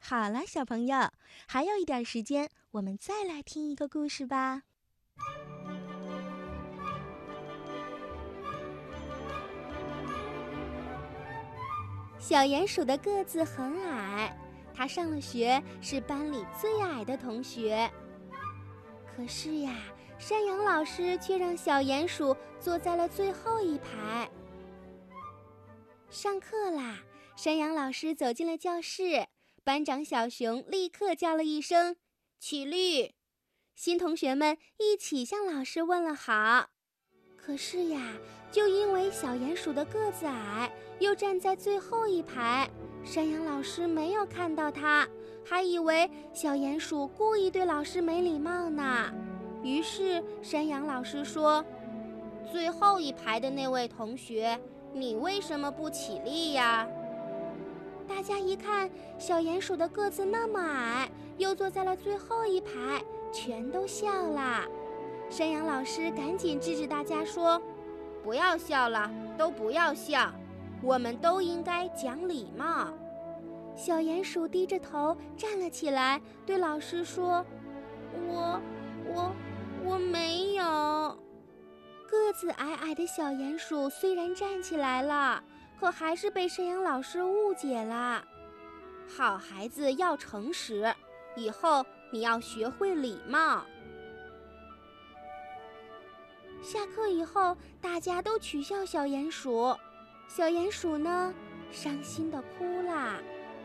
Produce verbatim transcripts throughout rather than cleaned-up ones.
好了，小朋友，还有一点时间，我们再来听一个故事吧。小鼹鼠的个子很矮，它上了学是班里最矮的同学。可是呀，山羊老师却让小鼹鼠坐在了最后一排。上课啦！山羊老师走进了教室，班长小熊立刻叫了一声“起立”，新同学们一起向老师问了好。可是呀，就因为小鼹鼠的个子矮，又站在最后一排，山羊老师没有看到他，还以为小鼹鼠故意对老师没礼貌呢。于是山羊老师说：“最后一排的那位同学，你为什么不起立呀？”大家一看小鼹鼠的个子那么矮，又坐在了最后一排，全都笑了。山羊老师赶紧制止大家说：“不要笑了，都不要笑，我们都应该讲礼貌。”小鼹鼠低着头站了起来，对老师说：“我我我没有。”个子矮矮的小鼹鼠虽然站起来了，可还是被山羊老师误解了。好孩子要诚实，以后你要学会礼貌。下课以后，大家都取笑小鼹鼠，小鼹鼠呢，伤心地哭啦。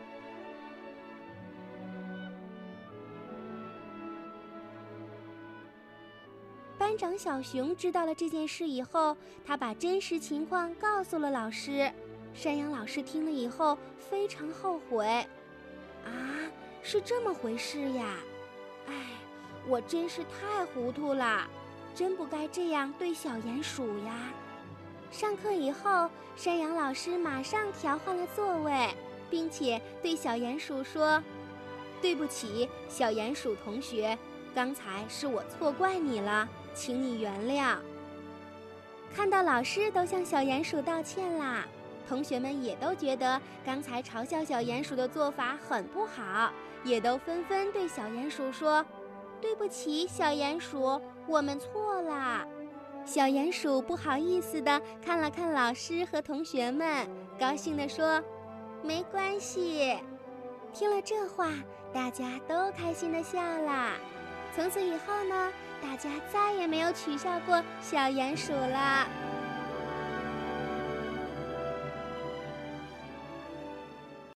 班长小熊知道了这件事以后，他把真实情况告诉了老师。山羊老师听了以后非常后悔。啊，是这么回事呀！哎，我真是太糊涂了，真不该这样对小鼹鼠呀。上课以后，山羊老师马上调换了座位，并且对小鼹鼠说：“对不起，小鼹鼠同学，刚才是我错怪你了，请你原谅。”看到老师都向小鼹鼠道歉啦，同学们也都觉得刚才嘲笑小鼹鼠的做法很不好，也都纷纷对小鼹鼠说：“对不起，小鼹鼠，我们错了。”小鼹鼠不好意思地看了看老师和同学们，高兴地说：“没关系。”听了这话，大家都开心地笑了。从此以后呢，大家再也没有取笑过小鼹鼠了。